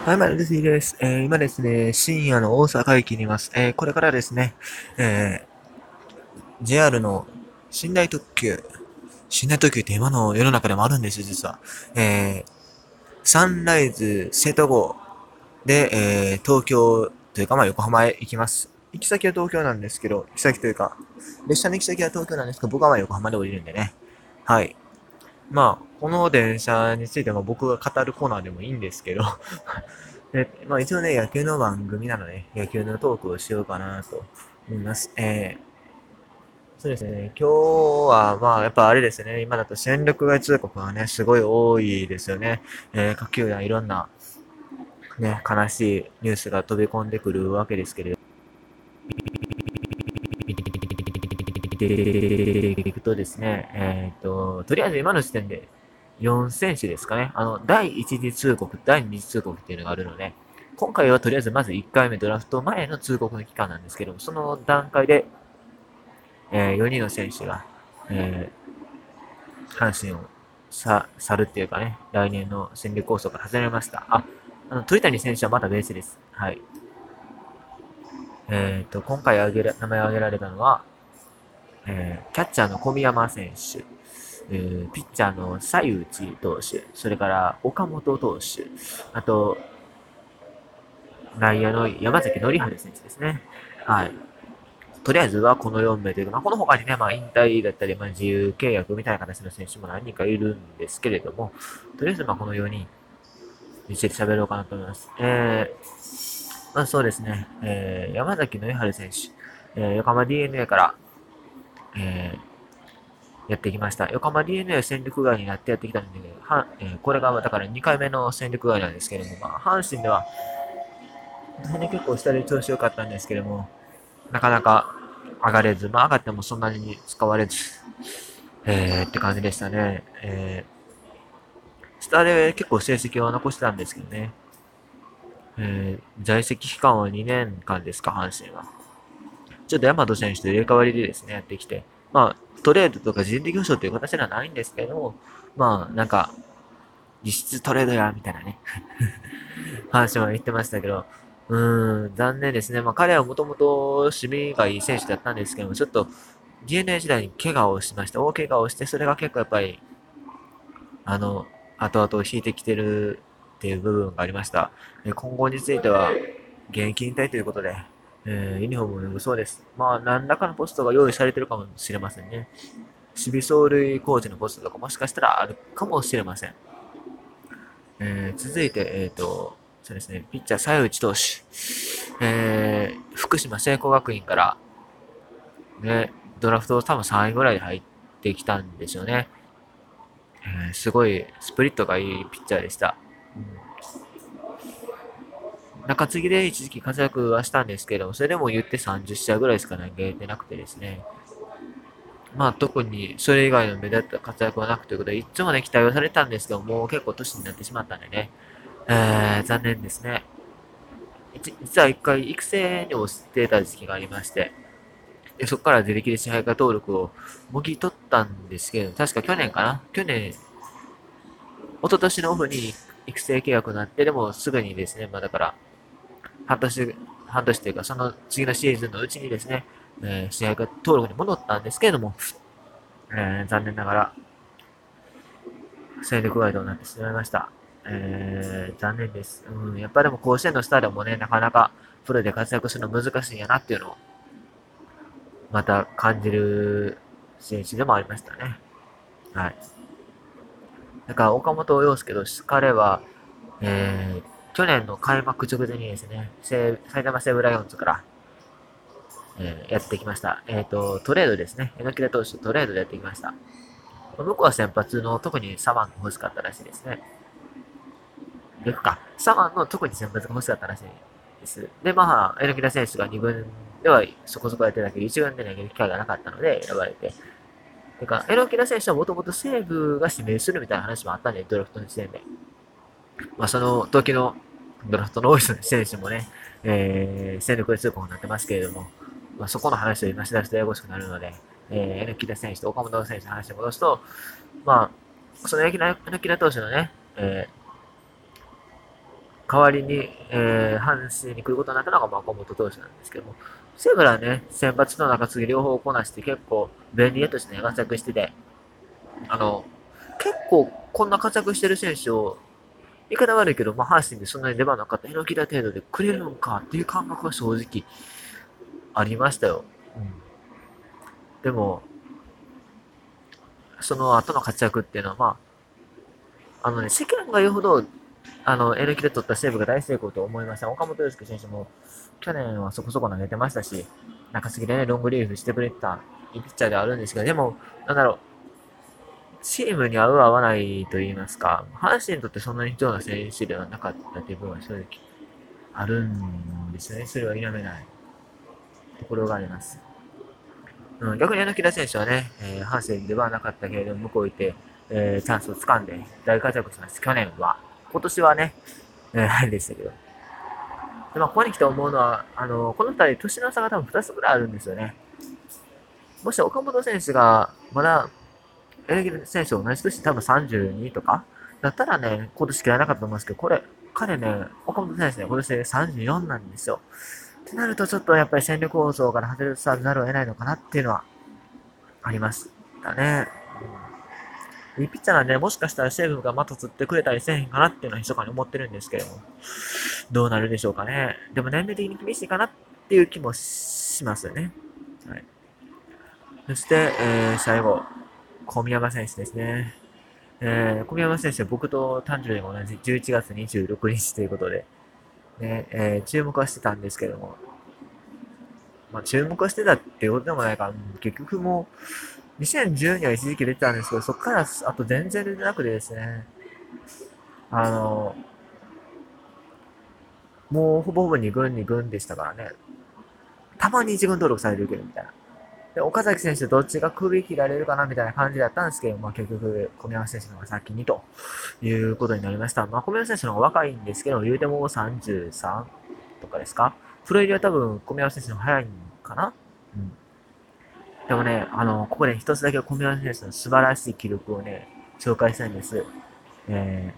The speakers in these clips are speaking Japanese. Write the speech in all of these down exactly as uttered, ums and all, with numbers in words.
はい、マルルフィです。えー今ですね、深夜の大阪駅にいます。えーこれからですね、えー ジェイアール の寝台特急、寝台特急って今の世の中でもあるんですよ、実は。えーサンライズ瀬戸号で、えー東京というか、まあ、横浜へ行きます。行き先は東京なんですけど、行き先というか、列車の行き先は東京なんですけど、僕はまあ横浜で降りるんでね。はい。まあ、この電車についても僕が語るコーナーでもいいんですけど、で、まあ一応ね、野球の番組なので、野球のトークをしようかなと思います。えー、そうですね、今日はまあやっぱあれですね、今だと戦力外通告がね、すごい多いですよね。えー、各球団いろんなね、悲しいニュースが飛び込んでくるわけですけれど、いくとですね、えっ、と、とりあえず今の時点でよん選手ですかね。あの、だいいち次通告、だいに次通告っていうのがあるので、今回はとりあえずまずいっかいめドラフト前の通告の期間なんですけども、その段階で、えー、よにんの選手が、えー、阪神をさ去るっていうかね、来年の戦力構想から外れました。あ、あの鳥谷選手はまだベースです。はい。えっ、と、今回挙げら名前を挙げられたのは、えーキャッチャーの小宮山選手、えーピッチャーの西内投手、それから岡本投手、あと内野の山崎則治選手ですね。はい。とりあえずはこのよん名というか、まあ、この他にね、まあ、引退だったり、まあ、自由契約みたいな形の選手も何人かいるんですけれども、とりあえずまあこのよにんについて喋ろうかなと思います。えー、まあそうですね、えー、山崎則治選手、えー、横浜 ディーエヌエー から、えー、やってきました。横浜 ディーエヌエー 戦力外になってやってきたんで、はえーこれがだからにかいめの戦力外なんですけども、まあ、阪神では、結構下で調子良かったんですけども、なかなか上がれず、まあ上がってもそんなに使われず、えー、って感じでしたね。えー、下で結構成績を残してたんですけどね。えー、在籍期間はにねんかんですか、阪神は。ちょっと大和選手と入れ替わりでですね、やってきて、まあ、トレードとか人的保障という形ではないんですけど、まあ、なんか、実質トレードや、みたいなね、話は言ってましたけど、うーん、残念ですね。まあ、彼はもともと守備がいい選手だったんですけども、ちょっと ディーエヌエー 時代に怪我をしました。大怪我をして、それが結構やっぱり、あの、後々引いてきてるっていう部分がありました。今後については、現役引退ということで、えーユニフォームを脱ぐそうです。まあ、何らかのポストが用意されてるかもしれませんね。守備走塁コーチのポストとかもしかしたらあるかもしれません。えー続いて、えっ、と、そうですね、ピッチャー、西内投手。えー福島聖光学院から、ね、ドラフト多分さんいぐらいで入ってきたんですよね。えーすごい、スプリットがいいピッチャーでした。中継ぎで一時期活躍はしたんですけど、それでも言ってさんじゅっ試合ぐらいしか投げてなくてですね。まあ特にそれ以外の目立った活躍はなくということで、いつもね、期待はされたんですけど、もう結構年になってしまったんでね。えー、残念ですね。実は一回育成に押してた時期がありまして、でそこから自力で支配下登録をもぎ取ったんですけど、確か去年かな去年、一昨年のオフに育成契約になって、でもすぐにですね、まあだから、半年、半年というか、その次のシーズンのうちにですね、えー、支配下登録に戻ったんですけれども、えー、残念ながら、戦力外となってしまいました。えー、残念です。うん、やっぱでも甲子園のスターでもね、なかなかプロで活躍するの難しいんやなっていうのを、また感じる選手でもありましたね。はい。だから岡本洋介と彼は、えー、去年の開幕直前にですね、埼玉西武ライオンズから、えーやってきました。えっ、と、トレードですね。榎田投手トレードでやってきました。向こうは先発の特にサマンが欲しかったらしいですね。逆か。サマンの特に先発が欲しかったらしいです。で、まあ、榎田選手がに軍ではそこそこやってたけど、いち軍で投げる機会がなかったので選ばれて。てか、榎田選手はもともと西武が指名するみたいな話もあったんで、ドラフトの時点で。まあ、その時のドラフトの多い選手もね、えー、戦力で通行になってますけれども、まあ、そこの話を今し出すとややこしくなるので、えー、榎田選手と岡本選手の話に戻すと、まあ、その榎田投手のね、えー、 代わりに、えー、阪神に来ることになったのが岡本投手なんですけども、西武はね、先発と中継ぎ両方こなして結構便利としてね、活躍してて、あの、結構こんな活躍してる選手を、言い方悪いけど、まあ、阪神でそんなに出番なかった榎木田程度でくれるのかっていう感覚は正直ありましたよ。うん、でも、その後の活躍っていうのは、まあ、あのね、世間が言うほど、あの、榎木で取った西武が大成功と思いました。岡本洋介選手も、去年はそこそこ投げてましたし、中継ぎでね、ロングリーフしてくれてた、いいピッチャーではあるんですけど、でも、なんだろう、チームに合う合わないと言いますか、阪神にとってそんなに必要な選手ではなかったという部分は正直あるんですよね。それは否めないところがあります。うん、逆に柳田選手はね、えー、阪神ではなかったけれども、向こう行って、えー、チャンスを掴んで大活躍しました。去年は。今年はね、えー、あれでしたけど。で、まあ、ここに来て思うのは、あのー、この二人、年の差が多分ふたつぐらいあるんですよね。もし岡本選手が、まだ、柳田選手と同じ年、多分さんじゅうにとか、だったらね、今年嫌いなかったと思いますけど、これ、彼ね、岡本選手ね、今年さんじゅうよんなんですよ。ってなると、ちょっとやっぱり戦力構想から外れさざるを得ないのかなっていうのはありましたね。うん、いいピッチャーなんで、もしかしたら西武がまた釣ってくれたりせえへんかなっていうのは密かに思ってるんですけども、どうなるでしょうかね。でも年齢的に厳しいかなっていう気もしますよね。はい。そして、えー、最後、小宮山選手ですね。えー、小宮山選手は僕と誕生日が同じじゅういちがつにじゅうろくにちということで、ね、えー、注目はしてたんですけども、まあ、注目はしてたっていうことでもないから、結局もう、にせんじゅうには一時期出てたんですけど、そこからあと全然出てなくてですね、あの、もうほぼほぼに軍に軍でしたからね、たまに一軍登録されるけどみたいな。で、岡崎選手どっちが首切られるかなみたいな感じだったんですけど、まあ結局、小宮山選手の方が先にということになりました。まあ小宮山選手の方が若いんですけど、言うてもさんじゅうさんとかですか。プロ入りは多分小宮山選手の方が早いんかな。うん。でもね、あの、ここで一つだけ小宮山選手の素晴らしい記録をね、紹介したいんです。え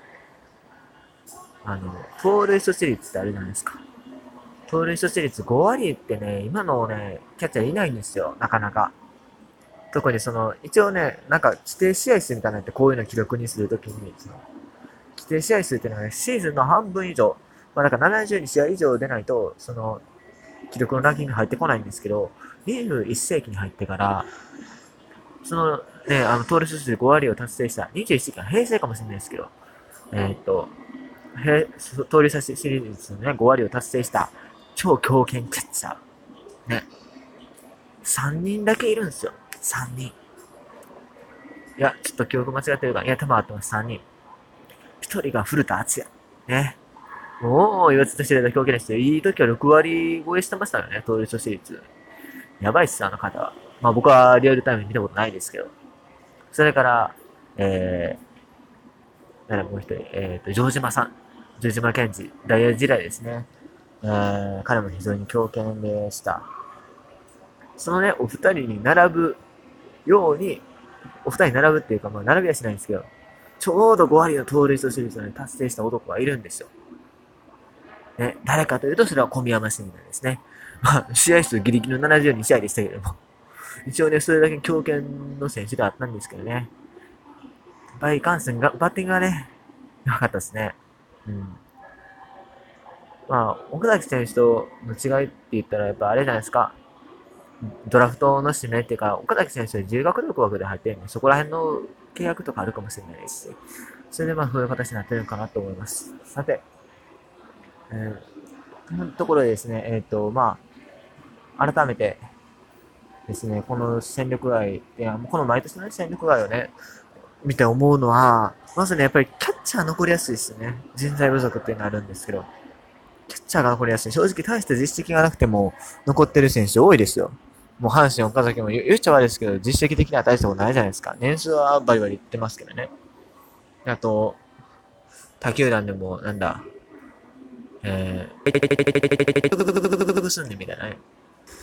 ー、あの、盗塁阻止率ってあるじゃないですか。盗塁阻止率ご割ってね、今のね、キャッチャーいないんですよ、なかなか。特にその、一応ね、なんか規定試合数みたいなのってこういうの記録にするときに、その、規定試合数っていうのはね、シーズンの半分以上、まあなんかななじゅうに試合以上出ないと、その、記録のランキング入ってこないんですけど、にじゅういっ世紀に入ってから、そのね、あの、盗塁阻止でご割を達成した、にじゅういっ世紀は平成かもしれないですけど、えーっと、盗塁阻止シリーズのね、ご割を達成した超強肩キャッチャー。ね。さんにんだけいるんですよ。さんにん。いや、ちょっと記憶間違ってるか。いや、多分合ってます。さんにん。ひとりが古田敦也。ね。もう、言わずと知れた強肩でして、いい時はろく割超えしてましたよね。盗塁阻止率。やばいっす、あの方は。まあ僕はリアルタイムで見たことないですけど。それから、えー、誰もう一人、えーと、城島さん。城島健治。ダイヤ時代ですね。えー、彼も非常に強肩でした。そのね、お二人に並ぶように、お二人並ぶっていうか、まあ、並びはしないんですけど、ちょうどご割の盗塁阻止率を、ね、達成した男がいるんですよ。ね、誰かというと、それは小宮山慎太ですね。まあ、試合数ギリギリのななじゅうに試合でしたけれども、一応ね、それだけ強肩の選手であったんですけどね。やっぱり関線が、バッティングがね、良かったですね。うん。まあ、奥崎選手との違いって言ったら、やっぱあれじゃないですか。ドラフトの指名っていうか、岡崎選手は自由学力枠で入ってるんで、そこら辺の契約とかあるかもしれないですし、それでまあそういう形になってるのかなと思います。さて、えー、のところでですね、えっ、ー、と、まあ、改めてですね、この戦力外、いや、この毎年の戦力外をね、見て思うのは、まずね、やっぱりキャッチャー残りやすいですよね。人材不足っていうのがあるんですけど、キャッチャーが残りやすい。正直大して実績がなくても残ってる選手多いですよ。もう阪神、岡崎も言っちゃ悪いですけど、実績的には大したことないじゃないですか。年数はバリバリ言ってますけどね。あと、他球団でも、なんだ、えー、すんねんみたいなね。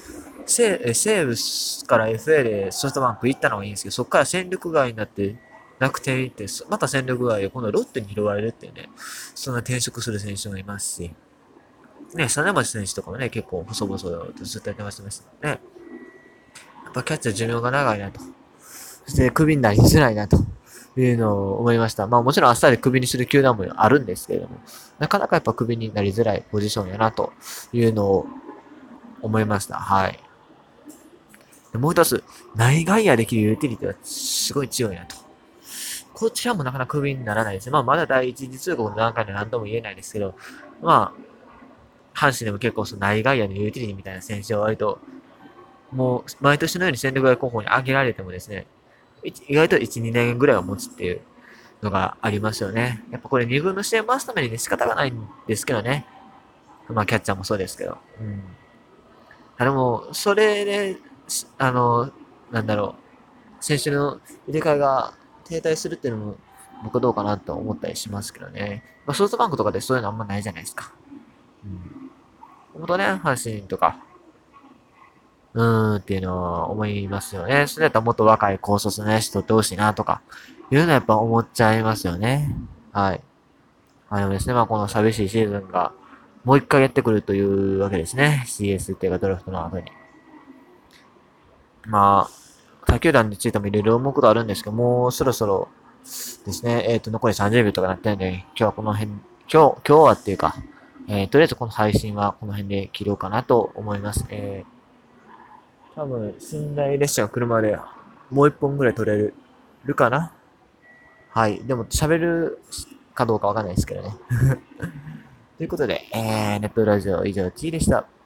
西武から エフエー でソフトバンク行ったのがいいんですけど、そこから戦力外になって楽天行って、また戦力外で今度ロッテに拾われるっていうね、そんな転職する選手もいますし、ね、実町選手とかもね、結構細々とずっとやってましたね。やっぱキャッチャー寿命が長いなと。そしてクビになりづらいなというのを思いました。まあもちろん明日でクビにする球団もあるんですけれども、なかなかやっぱクビになりづらいポジションやなというのを思いました。はい。でもう一つ、内外野できるユーティリティはすごい強いなと。こちらもなかなかクビにならないですね。まあまだ第一次通告の段階で何とも言えないですけど、まあ、阪神でも結構その内外野のユーティリティみたいな選手は割と、もう毎年のように戦力外候補に挙げられてもですね、意外といち、にねんぐらいは持つっていうのがありますよね。やっぱこれに軍の視点を回すためにね、仕方がないんですけどね。まあキャッチャーもそうですけど。うん。あでも、それで、あの、なんだろう、選手の入れ替えが停滞するっていうのも、僕はどうかなと思ったりしますけどね。まあ、ソフトバンクとかでそういうのあんまないじゃないですか。うん。本当ね、阪神とか、うーんっていうのは思いますよね。それだったらもっと若い高卒のやつ取ってほしいなとか、いうのはやっぱ思っちゃいますよね。はい。まあでもですね、まあこの寂しいシーズンが、もう一回やってくるというわけですね。シーエス っていうかドラフトの後に。まあ、他球団についてもいろいろ思うことあるんですけど、もうそろそろですね、えっ、ー、と、残りさんじゅうびょうとかなってるんで、今日はこの辺、今日、今日はっていうか、えー、とりあえずこの配信はこの辺で切ろうかなと思います。えー、多分、寝台列車が来るまでもう一本ぐらい取れる、るかな。はい。でも喋るかどうかわかんないですけどね。ということで、えー、ネットラジオ以上、T でした。